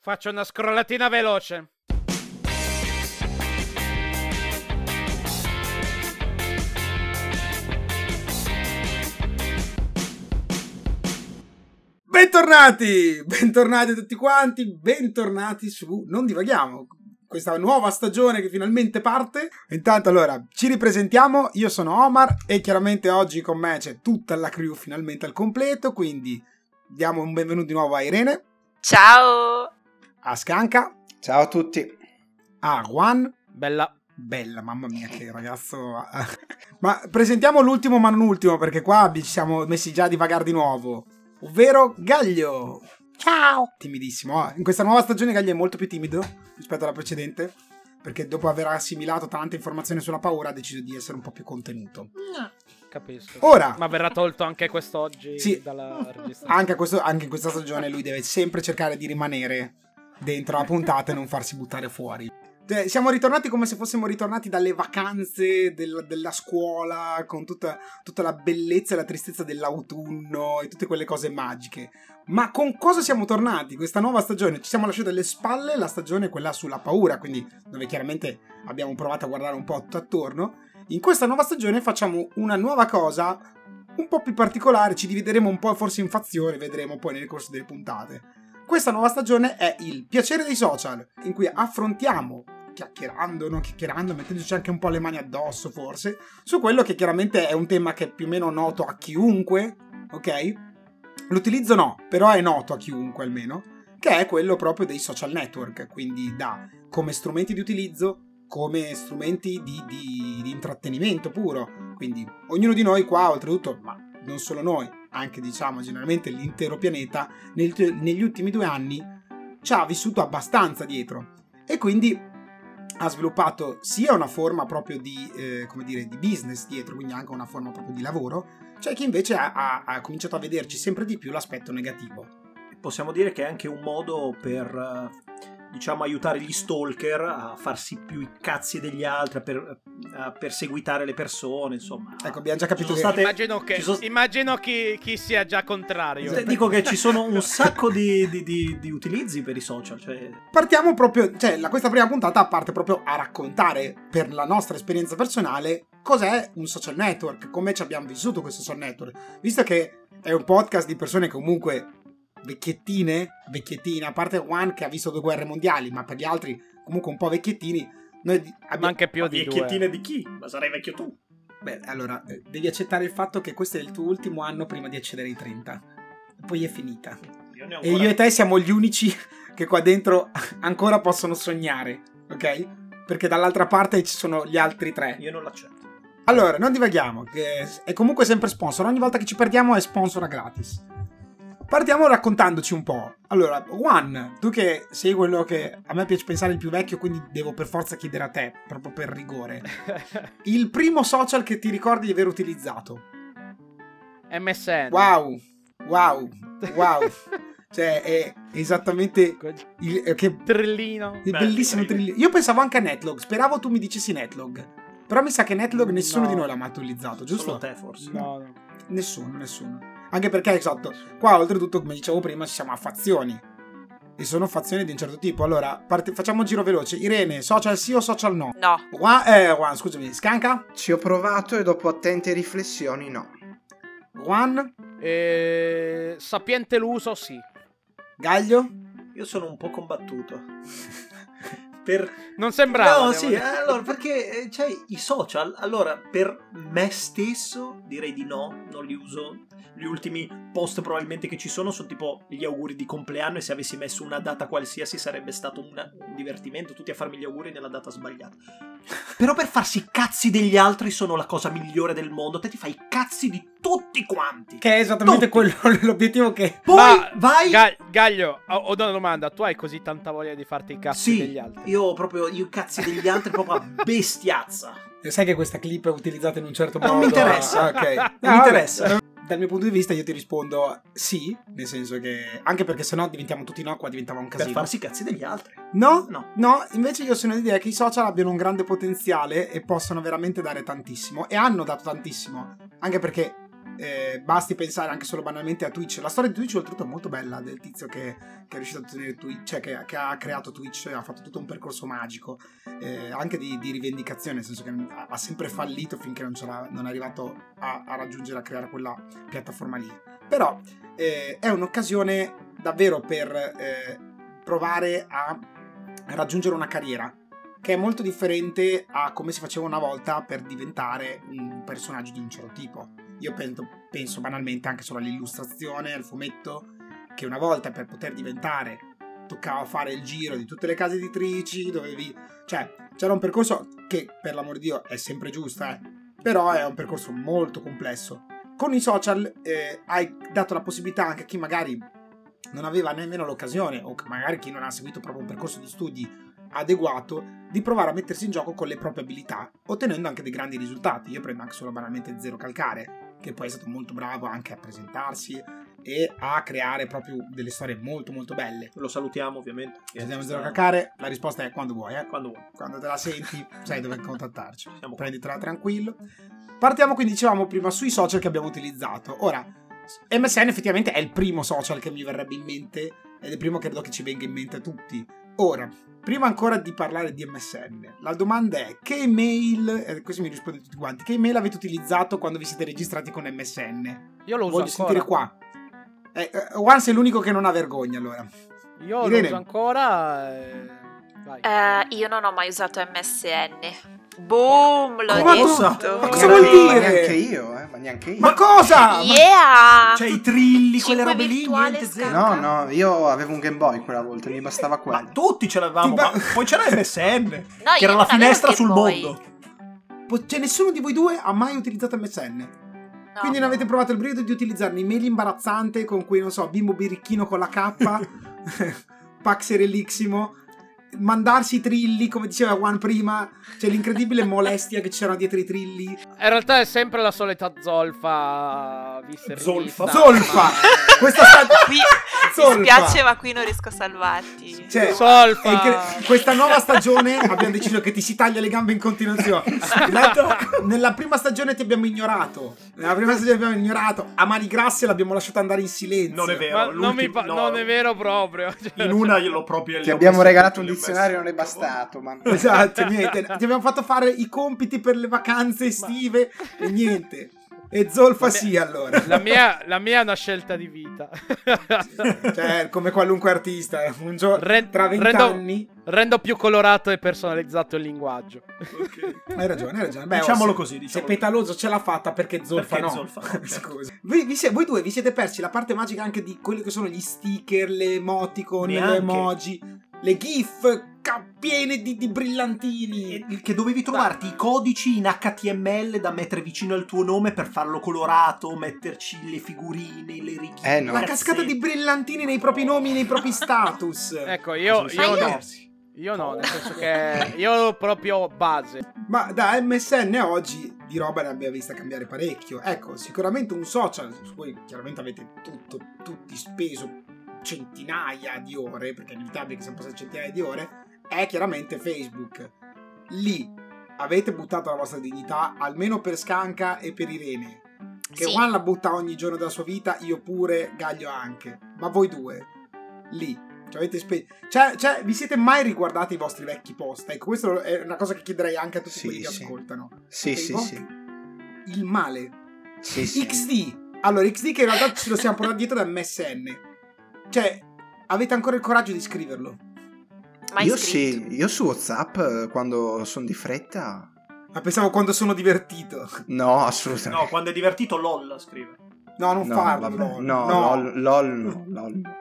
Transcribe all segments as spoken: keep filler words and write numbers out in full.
Faccio una scrollatina veloce. Bentornati, bentornati a tutti quanti, bentornati su Non Divaghiamo, questa nuova stagione che finalmente parte. Intanto allora, ci ripresentiamo, io sono Omar e chiaramente oggi con me c'è tutta la crew finalmente al completo, quindi diamo un benvenuto di nuovo a Irene. Ciao! A Scanca. Ciao a tutti. A Juan. Bella. Bella, mamma mia che ragazzo. Ma presentiamo l'ultimo ma non ultimo, perché qua ci siamo messi già a divagare di nuovo. Ovvero Gaglio. Ciao. Timidissimo. In questa nuova stagione Gaglio è molto più timido rispetto alla precedente, perché dopo aver assimilato tante informazioni sulla paura ha deciso di essere un po' più contenuto. No. Capisco. Ora. Ma verrà tolto anche quest'oggi sì, dalla registrazione. Anche, a questo, anche in questa stagione lui deve sempre cercare di rimanere dentro la puntata e non farsi buttare fuori. Cioè, siamo ritornati come se fossimo ritornati dalle vacanze del, della scuola, con tutta, tutta la bellezza e la tristezza dell'autunno e tutte quelle cose magiche. Ma con cosa siamo tornati? Questa nuova stagione, ci siamo lasciati alle spalle la stagione quella sulla paura, quindi dove chiaramente abbiamo provato a guardare un po' tutto attorno. In questa nuova stagione facciamo una nuova cosa un po' più particolare, ci divideremo un po' forse in fazioni, vedremo poi nel corso delle puntate. Questa nuova stagione è il piacere dei social, in cui affrontiamo, chiacchierando, non chiacchierando, mettendoci anche un po' le mani addosso forse, su quello che chiaramente è un tema che è più o meno noto a chiunque, ok? L'utilizzo no, però è noto a chiunque almeno, che è quello proprio dei social network, quindi da come strumenti di utilizzo, come strumenti di, di, di intrattenimento puro, quindi ognuno di noi qua, oltretutto, ma non solo noi, anche diciamo generalmente l'intero pianeta, nel, negli ultimi due anni ci ha vissuto abbastanza dietro e quindi ha sviluppato sia una forma proprio di, eh, come dire, di business dietro, quindi anche una forma proprio di lavoro, cioè chi invece ha, ha, ha cominciato a vederci sempre di più l'aspetto negativo. Possiamo dire che è anche un modo per, diciamo, aiutare gli stalker a farsi più i cazzi degli altri, per, a perseguitare le persone, insomma. Ecco, abbiamo già capito che... State... Immagino, che, sono... immagino chi, chi sia già contrario. Esatto. Dico che ci sono un sacco di, di, di, di utilizzi per i social, cioè... Partiamo proprio, cioè la, questa prima puntata parte proprio a raccontare per la nostra esperienza personale cos'è un social network, come ci abbiamo vissuto questo social network, visto che è un podcast di persone comunque vecchiettine, vecchiettine, a parte Juan che ha visto due guerre mondiali, ma per gli altri comunque un po' vecchiettini, noi abbiamo... Ma anche più ma di vecchiettine due. di chi? Ma sarai vecchio tu. Beh, allora, devi accettare il fatto che questo è il tuo ultimo anno prima di accedere ai trenta. Poi è finita. Io ne ho E ancora... io e te siamo gli unici che qua dentro ancora possono sognare, ok? Perché dall'altra parte ci sono gli altri tre. Io non l'accetto. Allora, non divaghiamo, che è comunque sempre sponsor. Ogni volta che ci perdiamo è sponsor a gratis. Partiamo raccontandoci un po'. Allora, Juan, tu che sei quello che a me piace pensare il più vecchio, quindi devo per forza chiedere a te, proprio per rigore. Il primo social che ti ricordi di aver utilizzato? M S N. Wow, wow, wow. Cioè, è esattamente il che Trillino. il Beh, bellissimo sì. trillino. Io pensavo anche a Netlog, speravo tu mi dicessi Netlog. Però mi sa che Netlog nessuno No. di noi l'ha mai utilizzato, giusto? Solo te, forse. No, no. Nessuno, nessuno. Anche perché, esatto, qua oltretutto, come dicevo prima, ci siamo a fazioni. E sono fazioni di un certo tipo. Allora, parte, facciamo un giro veloce. Irene, social sì o social no? No. Juan, eh, Juan, scusami, Scanca? Ci ho provato e dopo attente riflessioni no. Juan? E... Sapiente l'uso, sì. Gaglio? Io sono un po' combattuto. Per... Non sembrava. No, devo sì, dire. allora, perché eh, c'è i social, allora, per me stesso direi di no, non li uso. Gli ultimi post probabilmente che ci sono sono tipo gli auguri di compleanno e se avessi messo una data qualsiasi sarebbe stato una, un divertimento, tutti a farmi gli auguri nella data sbagliata. Però per farsi i cazzi degli altri sono la cosa migliore del mondo, te ti fai i cazzi di tutti quanti. Che è esattamente Tutti. quello l'obiettivo che... Poi Ma, vai... Ga- Gaglio, ho, ho una domanda. Tu hai così tanta voglia di farti i cazzi Sì, degli altri? io proprio, io cazzi degli altri proprio a bestiazza. Sai che questa clip è utilizzata in un certo modo? Non mi interessa. Ah, ok. Non No, mi vabbè. interessa. Dal mio punto di vista io ti rispondo sì, nel senso che... Anche perché sennò diventiamo tutti no, qua diventava un Per casino. farsi i cazzi degli altri. No, No. no, invece io sono l'idea che i social abbiano un grande potenziale e possano veramente dare tantissimo. E hanno dato tantissimo. Anche perché eh, basti pensare anche solo banalmente a Twitch. La storia di Twitch oltretutto è molto bella, del tizio che, che è riuscito a tenere Twitch, cioè che, che ha creato Twitch, ha fatto tutto un percorso magico, eh, anche di, di rivendicazione, nel senso che ha, ha sempre fallito finché non, c'era, non è arrivato a, a raggiungere, a creare quella piattaforma lì. Però eh, è un'occasione davvero per eh, provare a raggiungere una carriera che è molto differente a come si faceva una volta per diventare un personaggio di un certo tipo. Io penso, penso banalmente anche solo all'illustrazione, al fumetto, che una volta per poter diventare toccava fare il giro di tutte le case editrici, dovevi... cioè c'era un percorso che per l'amor di Dio è sempre giusto, eh, però è un percorso molto complesso. Con i social eh, hai dato la possibilità anche a chi magari non aveva nemmeno l'occasione, o magari chi non ha seguito proprio un percorso di studi adeguato, di provare a mettersi in gioco con le proprie abilità, ottenendo anche dei grandi risultati. Io prendo anche solo banalmente Zero Calcare, che poi è stato molto bravo anche a presentarsi e a creare proprio delle storie molto molto belle. Lo salutiamo ovviamente. Salutiamo Zero Calcare, la risposta è quando vuoi, eh? Quando vuoi. Quando te la senti sai dove contattarci. Siamo Prenditela tranquillo. Partiamo quindi, dicevamo prima, sui social che abbiamo utilizzato. Ora, M S N effettivamente è il primo social che mi verrebbe in mente, ed è il primo che credo che ci venga in mente a tutti. Ora, prima ancora di parlare di M S N, la domanda è: che email, eh, così mi rispondete tutti quanti, che email avete utilizzato quando vi siete registrati con M S N? Io lo uso Voglio ancora. sentire qua. Eh, eh, Juan sei l'unico che non ha vergogna, allora. Io Irene. lo uso ancora. Eh... Vai. Eh, io non ho mai usato M S N. Boom, l'ho Ma detto. cosa? Ma cosa Ma vuol neanche- dire? Ma neanche io, eh, ma neanche io. Ma cosa? Yeah! Cioè i trilli, quelle Cinque robe lì, virtuale niente, zero. scarica. No, no, io avevo un Game Boy quella volta, mi bastava Ma quello. tutti ce l'avevamo, Ti ba- ma poi c'era M S N, No, che io era non la avevo finestra il sul Game Boy. mondo. Po- Cioè, nessuno di voi due ha mai utilizzato M S N? No. Quindi non avete provato il brivido di utilizzare un'email imbarazzante con cui, non so, bimbo birichino con la K, Pax Ereliximo, mandarsi i trilli, come diceva Juan prima, c'è l'incredibile molestia che c'erano dietro i trilli. In realtà è sempre la solita zolfa vista e Zolfa. rivista. Zolfa! Questa sta... Qui Zolfa. mi spiace, ma qui non riesco a salvarti. Cioè, Zolfa. è incre- questa nuova stagione abbiamo deciso che ti si taglia le gambe in continuazione. Nella, nella prima stagione ti abbiamo ignorato. Nella prima stagione ti abbiamo ignorato. A mani grasse l'abbiamo lasciato andare in silenzio. Non è vero. Ma non, mi l'ultimo- pa- no. non è vero proprio. Cioè, In una glielo proprio... Ti gli ho abbiamo messo regalato un tutti, li ho dizionario, messi. non è bastato, ma... Esatto, niente. Ti abbiamo fatto fare i compiti per le vacanze estive e niente. E zolfa La mia- sì, allora. La mia, la mia è una scelta di vita. Cioè, come qualunque artista, un giorno Ren- tra rendo- vent'anni. Rendo più colorato e personalizzato il linguaggio. Ok. Hai ragione, hai ragione. Beh, Diciamolo oh, se- così, Se diciamolo Petaloso ce l'ha fatta, perché zolfa Perché no? zolfa no, certo. Scusa. Voi, vi si- voi due vi siete persi la parte magica anche di quelli che sono gli sticker, le emoticon, le Neanche. emoji, le gif ca- piene di, di brillantini. E- Che dovevi trovarti i codici in H T M L da mettere vicino al tuo nome per farlo colorato, metterci le figurine, le righine. Eh, no. La i cascata di cazzetti. brillanti nei propri nomi, nei propri status. Ecco, io, Sì, io, Ma no. io- Io no, nel senso che io proprio base. Ma da M S N a oggi di roba ne abbiamo vista cambiare parecchio. Ecco, sicuramente un social su cui chiaramente avete tutto, tutti speso centinaia di ore, perché è inevitabile che siamo passati centinaia di ore, è chiaramente Facebook. Lì avete buttato la vostra dignità, almeno per Scanca e per Irene. Che Sì. Juan la butta ogni giorno della sua vita, io pure, Gaglio anche. Ma voi due, lì, ci avete spe- cioè, cioè, vi siete mai riguardati i vostri vecchi post? Ecco, questa è una cosa che chiederei anche a tutti Sì, quelli che sì. ascoltano. Sì, Ok, sì, boh? sì. Il male. Sì, sì. X D. Allora, X D che in realtà ce lo siamo portati dietro da M S N. Cioè, avete ancora il coraggio di scriverlo? Mai Io scritto. sì, io su WhatsApp eh, quando sono di fretta... Ma pensavo quando sono divertito. No, assolutamente. No, quando è divertito LOL scrive. No, non No, farlo. vabbè. No, No, no. LOL, LOL no, LOL no.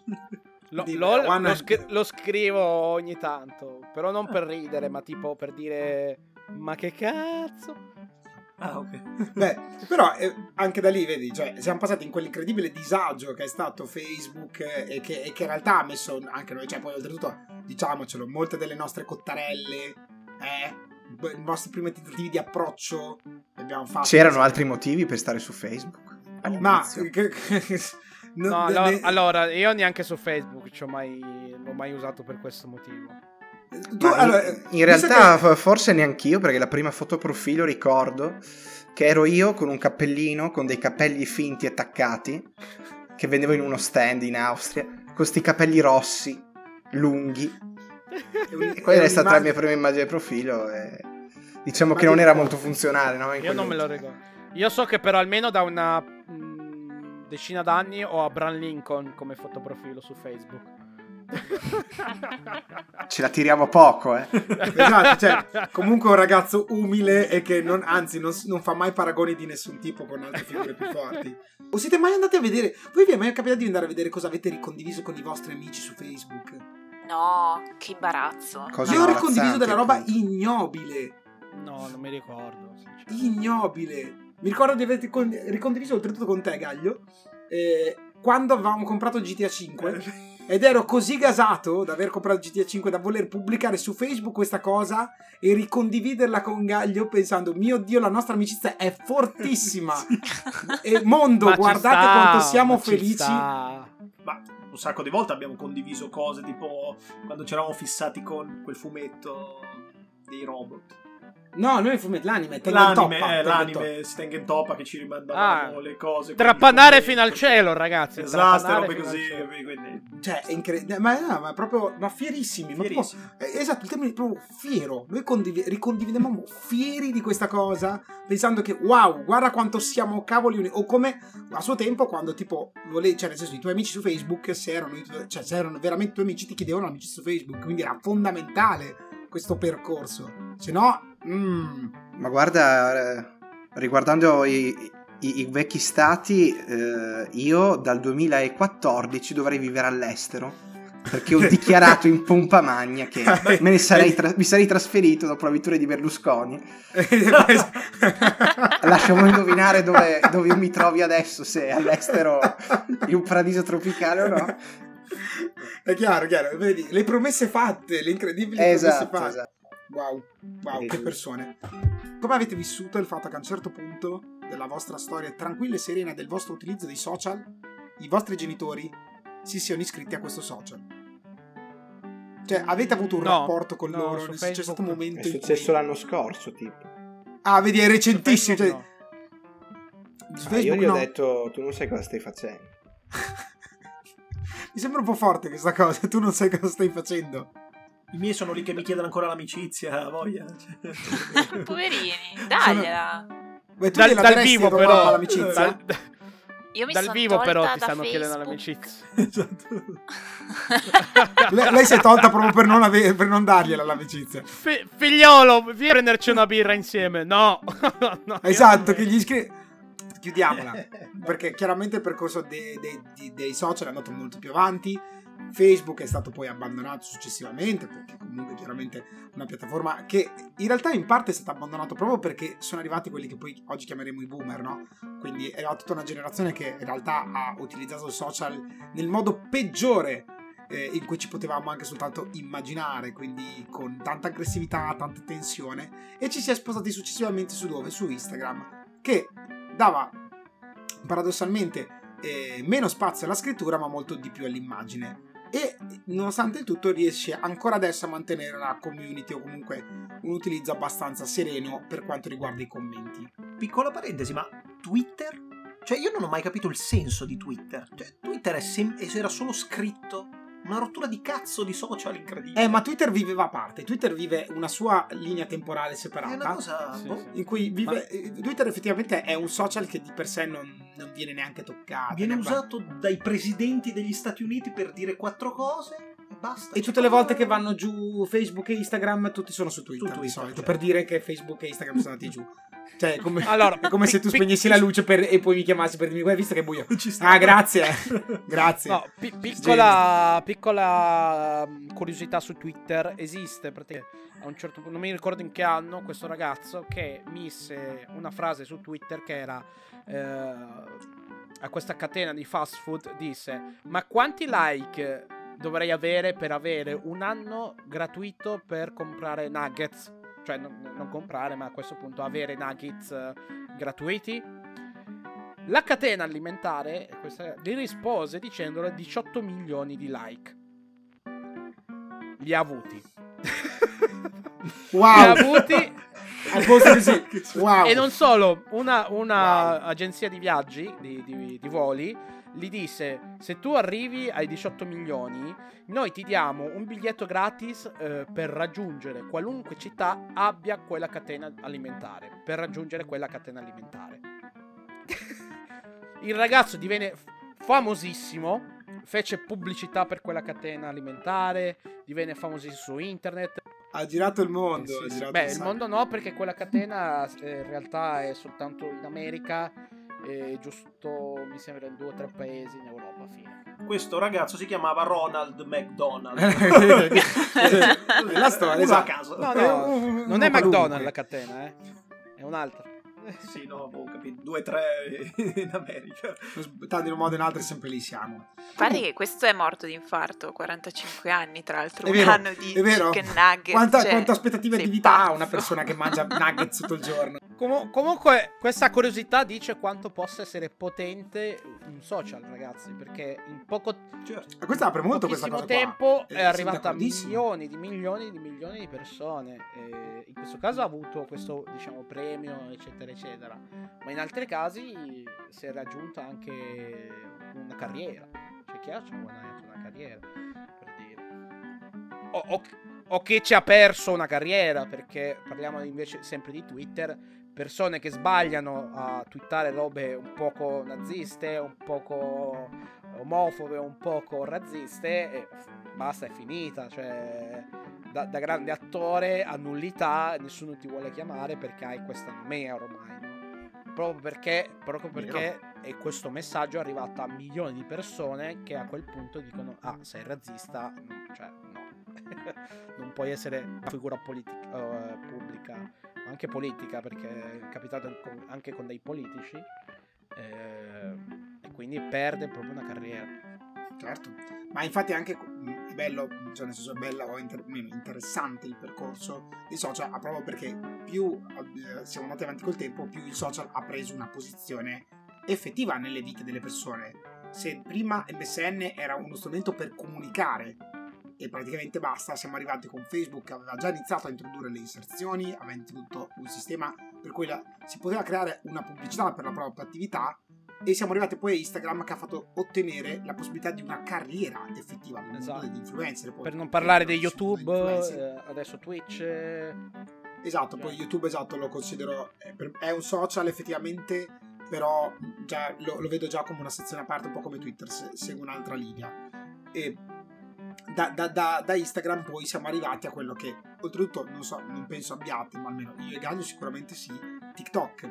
Lo, Dimmi, LOL Juan- lo, scri- lo scrivo ogni tanto, però non per ridere, ma tipo per dire ma che cazzo. Ah, ok. Beh, però eh, anche da lì, vedi, cioè, siamo passati in quell'incredibile disagio che è stato Facebook eh, e, che, e che in realtà ha messo anche noi, cioè poi oltretutto, dicamocelo, molte delle nostre cottarelle, eh, i nostri primi tentativi di approccio che abbiamo fatto. C'erano altri motivi per stare su Facebook. Ma all'inizio. che- che- No, no, allora, ne- allora, io neanche su Facebook ci ho mai, l'ho mai usato per questo motivo. Tu, Ma allora, in, in visto realtà che- f- forse neanch'io, perché la prima fotoprofilo ricordo che ero io con un cappellino con dei capelli finti attaccati che vendevo in uno stand in Austria con sti capelli rossi lunghi, e quella è stata la mia prima immagine profilo e diciamo che non era molto funzionale, no? In Io non me lo quell'ottica. ricordo. Io so che però almeno da una mh, decina d'anni ho Abraham Lincoln come fotoprofilo su Facebook. Ce la tiriamo poco, eh. Esatto, cioè, comunque un ragazzo umile e che non, anzi non, non fa mai paragoni di nessun tipo con altre figure più forti. O siete mai andati a vedere, voi vi è mai capitato di andare a vedere cosa avete ricondiviso con i vostri amici su Facebook? No, che imbarazzo. Cose Io ho imbarazzanti, ricondiviso della roba appunto. ignobile, No, non mi ricordo. sinceramente. ignobile. Mi ricordo di aver con- ricondiviso oltretutto con te, Gaglio, eh, quando avevamo comprato G T A cinque. Ed ero così gasato da aver comprato G T A cinque da voler pubblicare su Facebook questa cosa e ricondividerla con Gaglio pensando, mio Dio, la nostra amicizia è fortissima. E mondo, Ma ci guardate sta, quanto siamo ma ci felici. sta. Ma un sacco di volte abbiamo condiviso cose, tipo quando ci eravamo fissati con quel fumetto dei robot. No, noi fumetti, l'anime, Tengen L'anime, Toppa, eh, Tengen l'anime Stengen Toppa che ci rimandavamo Ah, le cose. Trapanare quindi- fino al cielo, ragazzi. Esatto, trapanare robe fino al così. cielo. Quindi... Toppa. Cioè, è incredibile, ma, no, ma proprio, ma fierissimi. Ma proprio- Fierissimi. eh, esatto, il termine è proprio fiero. Noi condiv- ricondividevamo fieri di questa cosa, pensando che wow, guarda quanto siamo cavoli uni. O come a suo tempo, quando tipo volevi, cioè nel senso, i tuoi amici su Facebook, se erano, i tuoi- cioè, se erano veramente i tuoi amici, ti chiedevano amici su Facebook. Quindi era fondamentale questo percorso. Se no, mm, Ma guarda, eh, riguardando i, i- i vecchi stati, eh, io dal duemilaquattordici dovrei vivere all'estero, perché ho dichiarato in pompa magna che me ne sarei tra- mi sarei trasferito dopo la vittoria di Berlusconi. Lasciamo indovinare dove, dove io mi trovi adesso, se all'estero in un paradiso tropicale o no. È chiaro, chiaro. Vedi, le promesse fatte, le incredibili Esatto, promesse fatte. esatto. Wow, wow, che persone. Come avete vissuto il fatto che a un certo punto della vostra storia tranquilla e serena del vostro utilizzo dei social, i vostri genitori si siano iscritti a questo social? Cioè, avete avuto un No, rapporto con no, loro? su C'è stato Facebook un no. momento È in successo cui... l'anno scorso, tipo. Ah, vedi, è recentissimo. Cioè... No. Su Ah, Facebook io gli ho no. detto, tu non sai cosa stai facendo. Mi sembra un po' forte questa cosa, tu non sai cosa stai facendo. I miei sono lì che mi chiedono ancora l'amicizia, voglia. Poverini, dagliela. Beh, tu Dal, gliela dal daresti vivo a tua però. mamma l'amicizia? Dal, Io mi dal sono vivo però tolta ti da stanno chiedendo Facebook. l'amicizia. Esatto. lei, lei si è tolta proprio per non, ave- per non dargliela l'amicizia. Fi- figliolo, vieni a prenderci una birra insieme. No. No, Esatto, io- che gli iscrivi. Chiudiamola. Perché chiaramente il percorso dei, dei- dei- dei social è andato molto più avanti. Facebook è stato poi abbandonato successivamente, perché comunque chiaramente una piattaforma che in realtà in parte è stata abbandonata proprio perché sono arrivati quelli che poi oggi chiameremo i boomer, no? Quindi è tutta una generazione che in realtà ha utilizzato il social nel modo peggiore eh, in cui ci potevamo anche soltanto immaginare, quindi con tanta aggressività, tanta tensione, e ci si è spostati successivamente su dove? Su Instagram, che dava paradossalmente eh, meno spazio alla scrittura ma molto di più all'immagine, e nonostante il tutto riesce ancora adesso a mantenere una community o comunque un utilizzo abbastanza sereno per quanto riguarda i commenti. Piccola parentesi, ma Twitter? Cioè, io non ho mai capito il senso di Twitter. Cioè, Twitter è sem- era solo scritto. Una rottura di cazzo di social incredibile. Eh, ma Twitter viveva a parte. Twitter vive una sua linea temporale È separata. una cosa... Sì, boh. sì. In cui vive. eh, Twitter effettivamente è un social che di per sé non, non viene neanche toccato. Viene ne- usato dai presidenti degli Stati Uniti per dire quattro cose e basta. E tutte le volte che vanno giù Facebook e Instagram, tutti sono su Twitter, Su di Twitter, solito, certo. per dire che Facebook e Instagram sono andati giù. Cioè, è come, Allora, è come se tu pi- spegnessi pi- la luce per- e poi mi chiamassi per dirmi, guarda, visto che è buio. Ci sta. Ah, grazie. Grazie. No, pi- piccola, piccola um, curiosità su Twitter. Esiste praticamente a un certo punto, non mi ricordo in che anno, questo ragazzo che mise una frase su Twitter che era eh, a questa catena di fast food, disse: ma quanti like dovrei avere per avere un anno gratuito per comprare nuggets? Cioè non, non comprare, ma a questo punto avere nuggets eh, gratuiti. La catena alimentare questa, gli rispose dicendole diciotto milioni di like. Li ha avuti. Wow. Ne ha avuti. Al posto così. Wow. E non solo, una, una Wow. agenzia di viaggi, di, di, di voli, gli disse: se tu arrivi ai diciotto milioni, noi ti diamo un biglietto gratis eh, per raggiungere qualunque città abbia quella catena alimentare. Per raggiungere quella catena alimentare. Il ragazzo divenne famosissimo, fece pubblicità per quella catena alimentare, divenne famosissimo su internet. Ha girato il mondo. Sì, ha sì. girato Beh, un il sacco. mondo no, perché quella catena eh, in realtà è soltanto in America e giusto, mi sembra, in due o tre paesi in Europa. Fine. Questo ragazzo si chiamava Ronald McDonald. La storia, Uno a esatto. caso. No, no, Un- un- non uno è qualunque. McDonald's la catena, eh. È un'altra. Sì, no, ho capito. Due, tre in America. Tanto in un modo o in un altro sempre lì siamo. Pare che questo è morto di infarto, quarantacinque anni tra l'altro, È un vero, anno di è vero. chicken nugget. Quanta, cioè, quante aspettative sei di vita ha pazzo. una persona che mangia nuggets tutto il giorno? Com- comunque, questa curiosità dice quanto possa essere potente un social, ragazzi, perché in poco Certo. E questa apre molto questa pochissimo cosa qua. tempo Eh, è sono arrivata a d'accordissimo. milioni di milioni di milioni di persone. E in questo caso ha avuto questo, diciamo, premio, eccetera, eccetera. Ma in altri casi si è raggiunta anche una carriera. C'è chi ha guadagnato una carriera, per dire. O, o, o che ci ha perso una carriera, perché parliamo invece sempre di Twitter. Persone che sbagliano a twittare robe un poco naziste, un poco omofobe, un poco razziste, e basta, è finita. Cioè, da, da grande attore a nullità, nessuno ti vuole chiamare perché hai questa nomea ormai, no? Proprio perché, proprio perché e questo messaggio è arrivato a milioni di persone che a quel punto dicono: ah, sei razzista, no, cioè no, non puoi essere una figura politica, uh, pubblica, ma anche politica, perché è capitato con- anche con dei politici, eh, e quindi perde proprio una carriera. Certo, ma infatti anche mh, è bello, cioè nel senso è bello o inter- mh, interessante il percorso dei social, ah, proprio perché più eh, siamo andati avanti col tempo, più il social ha preso una posizione effettiva nelle vite delle persone. Se prima M S N era uno strumento per comunicare e praticamente basta, siamo arrivati con Facebook che aveva già iniziato a introdurre le inserzioni, aveva introdotto un sistema per cui la- si poteva creare una pubblicità per la propria attività, e siamo arrivati poi a Instagram che ha fatto ottenere la possibilità di una carriera effettiva nel mondo Esatto. degli influencer. Poi, Per non parlare di sono YouTube, influencer. eh, adesso Twitch. eh, Esatto, poi YouTube esatto lo considero è, per- è un social effettivamente, però già lo, lo vedo già come una sezione a parte, un po' come Twitter, se, segue un'altra linea. E da, da- da- da Instagram poi siamo arrivati a quello che oltretutto non so, non penso abbiate, ma almeno io e Gagno sicuramente sì, TikTok.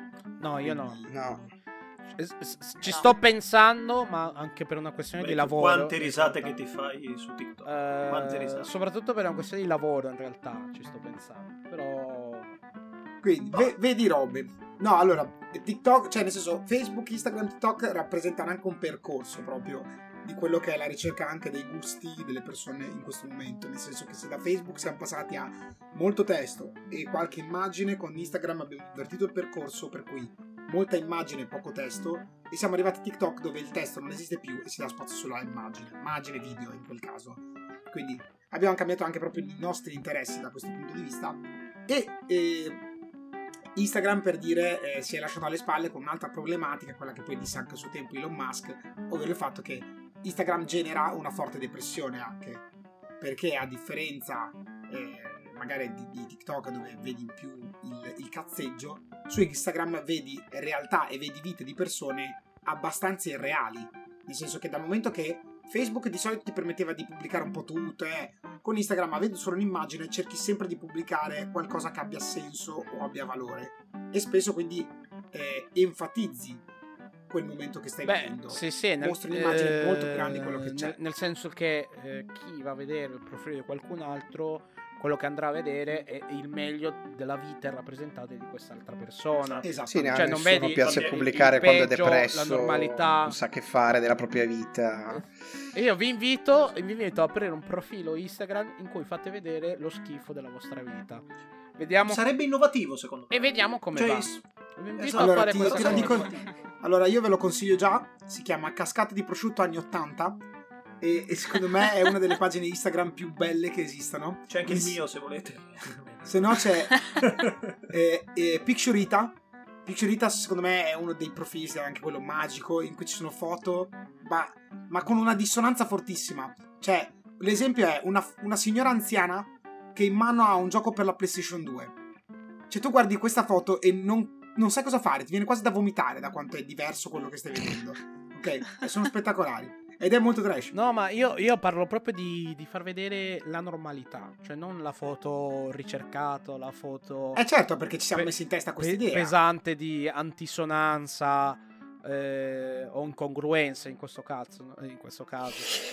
No, io no. Quindi- No. Es- es- Ci sto pensando, ma anche per una questione Beh, di tu lavoro. Quante in risate realtà. che ti fai su TikTok? Eh, Quante risate? soprattutto per una questione di lavoro, in realtà, ci sto pensando. Però. Quindi ve- vedi robe. No, allora, TikTok, cioè nel senso Facebook, Instagram, TikTok rappresentano anche un percorso proprio di quello che è la ricerca anche dei gusti delle persone in questo momento, nel senso che se da Facebook siamo passati a molto testo e qualche immagine, con Instagram abbiamo invertito il percorso per cui molta immagine e poco testo, e siamo arrivati a TikTok dove il testo non esiste più e si dà spazio solo a immagine, immagine, video in quel caso. Quindi abbiamo cambiato anche proprio i nostri interessi da questo punto di vista, e eh, Instagram, per dire, eh, si è lasciato alle spalle con un'altra problematica, quella che poi disse anche a suo tempo Elon Musk, ovvero il fatto che Instagram genera una forte depressione anche, perché a differenza eh, magari di, di TikTok dove vedi più il, il cazzeggio, su Instagram vedi realtà e vedi vite di persone abbastanza irreali, nel senso che dal momento che Facebook di solito ti permetteva di pubblicare un po' tutto, eh, con Instagram avendo solo un'immagine cerchi sempre di pubblicare qualcosa che abbia senso o abbia valore, e spesso quindi eh, enfatizzi quel momento che stai Beh, vivendo. sì, sì, nel, Mostri un'immagine eh, molto più grande di quello che c'è. Nel, nel senso che eh, chi va a vedere il profilo di qualcun altro, quello che andrà a vedere è il meglio della vita rappresentata di quest'altra persona. Esatto. Sì, ne Cioè, non non vedi piace il- pubblicare il quando è peggio, depresso, la normalità. non sa che fare della propria vita. E io vi invito, vi invito a aprire un profilo Instagram in cui fate vedere lo schifo della vostra vita. Vediamo Sarebbe innovativo, secondo me. e vediamo come Cioè, va. s- Vi invito esatto. a Allora, fare ti- questa te la cosa. dico- Allora io ve lo consiglio già, si chiama Cascata di prosciutto anni ottanta, e, e secondo me è una delle pagine Instagram più belle che esistano. C'è anche il Mi- mio, se volete. Se no c'è eh, eh, Picturita. Picturita secondo me è uno dei profili, anche quello magico, in cui ci sono foto, ma, ma con una dissonanza fortissima. Cioè, l'esempio è una, una signora anziana che in mano ha un gioco per la PlayStation due. Cioè, tu guardi questa foto e non, non sai cosa fare, ti viene quasi da vomitare da quanto è diverso quello che stai vedendo. Ok? E sono spettacolari. Ed è molto trash. No, ma io, io parlo proprio di, di far vedere la normalità, cioè non la foto ricercata, la foto Eh certo, perché ci siamo pe- messi in testa questa pe- idea. pesante di antisonanza eh, o incongruenza in questo caso, no? In questo caso.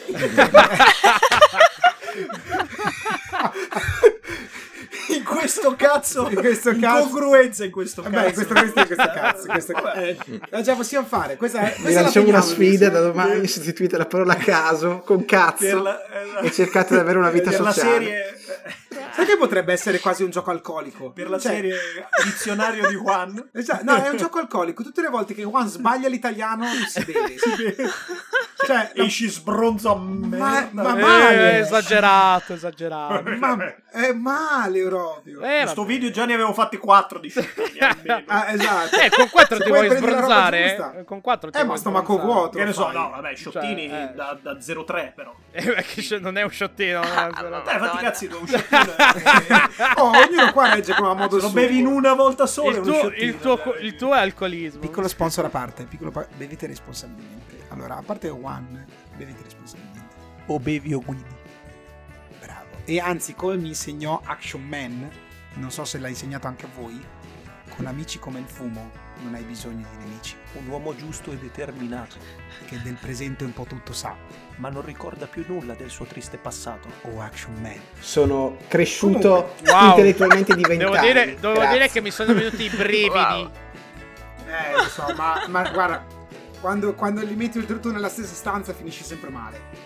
In questo cazzo, In questo cazzo. incongruenza in questo cazzo. Vabbè, questo, questo, questo cazzo, questo eh, la già possiamo fare. Questa è, Vi questa la lanciamo una teniamo, sfida da questa. domani, sostituite la parola caso con Per cazzo la- eh, la- e cercate di avere una vita per la sociale. serie Sai che potrebbe essere quasi un gioco alcolico? per la Cioè, serie dizionario di Juan. esatto, no, è un gioco alcolico. Tutte le volte che Juan sbaglia l'italiano si beve. Si beve. Cioè, no, Esci sbronzo a merda. ma Eh, male. esagerato, esagerato. ma è male proprio. Eh, In sto vabbè. video già ne avevo fatti quattro di scimmie almeno. Ah, esatto. Eh, con quattro Se ti poi vuoi prendi la roba sbronzare? giusta. eh? Con quattro ti Eh, vuoi ma stomaco sbronzare. vuoto. Che ne so, fai. no, vabbè, sciottini Cioè, eh. da, da zero tre però. Eh, perché ce- non è un sciottino. non è un- Ah, Eh, Madonna. fatti cazzi tu, un sciottino. eh. Oh, ognuno qua regge come a modo Se lo suo. bevi in una volta sola è il, uno tuo, sciottino. il, tuo, cioè. il tuo è alcolismo. Piccolo sponsor a parte, piccolo pa- bevete responsabilmente. Allora, a parte One, bevete responsabilmente. O bevi o guidi. Bravo. E anzi, come mi insegnò Action Man, non so se l'ha insegnato anche a voi, con amici come il fumo non hai bisogno di nemici, Un uomo giusto e determinato, che del presente un po' tutto sa. ma non ricorda più nulla del suo triste passato. O Action Man. Sono cresciuto Comunque, wow. intellettualmente di vent'anni. Devo dire, devo Grazie. dire che mi sono venuti i brividi. Wow. Eh, lo so, ma, ma guarda, quando, quando li metti oltretutto nella stessa stanza finisci sempre male.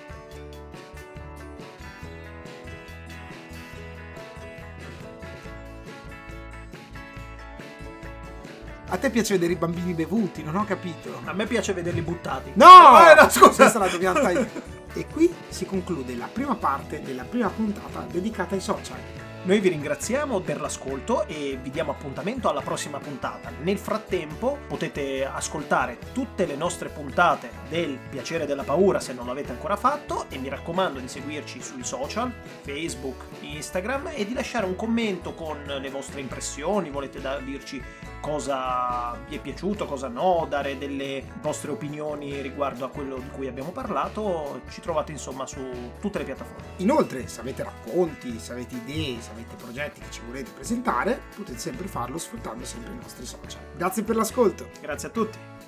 A te piace vedere i bambini bevuti, non ho capito. A me piace vederli buttati. No! Eh, no, scusa. Questa la dobbiamo tagliare. E qui si conclude la prima parte della prima puntata dedicata ai social. Noi vi ringraziamo per l'ascolto e vi diamo appuntamento alla prossima puntata. Nel frattempo potete ascoltare tutte le nostre puntate del Piacere della Paura se non l'avete ancora fatto e mi raccomando di seguirci sui social, Facebook, Instagram e di lasciare un commento con le vostre impressioni, volete da- dirci cosa vi è piaciuto, cosa no, dare delle vostre opinioni riguardo a quello di cui abbiamo parlato, ci trovate insomma su tutte le piattaforme. Inoltre, se avete racconti, se avete idee, se avete progetti che ci volete presentare, potete sempre farlo sfruttando sempre i nostri social. Grazie per l'ascolto. Grazie a tutti.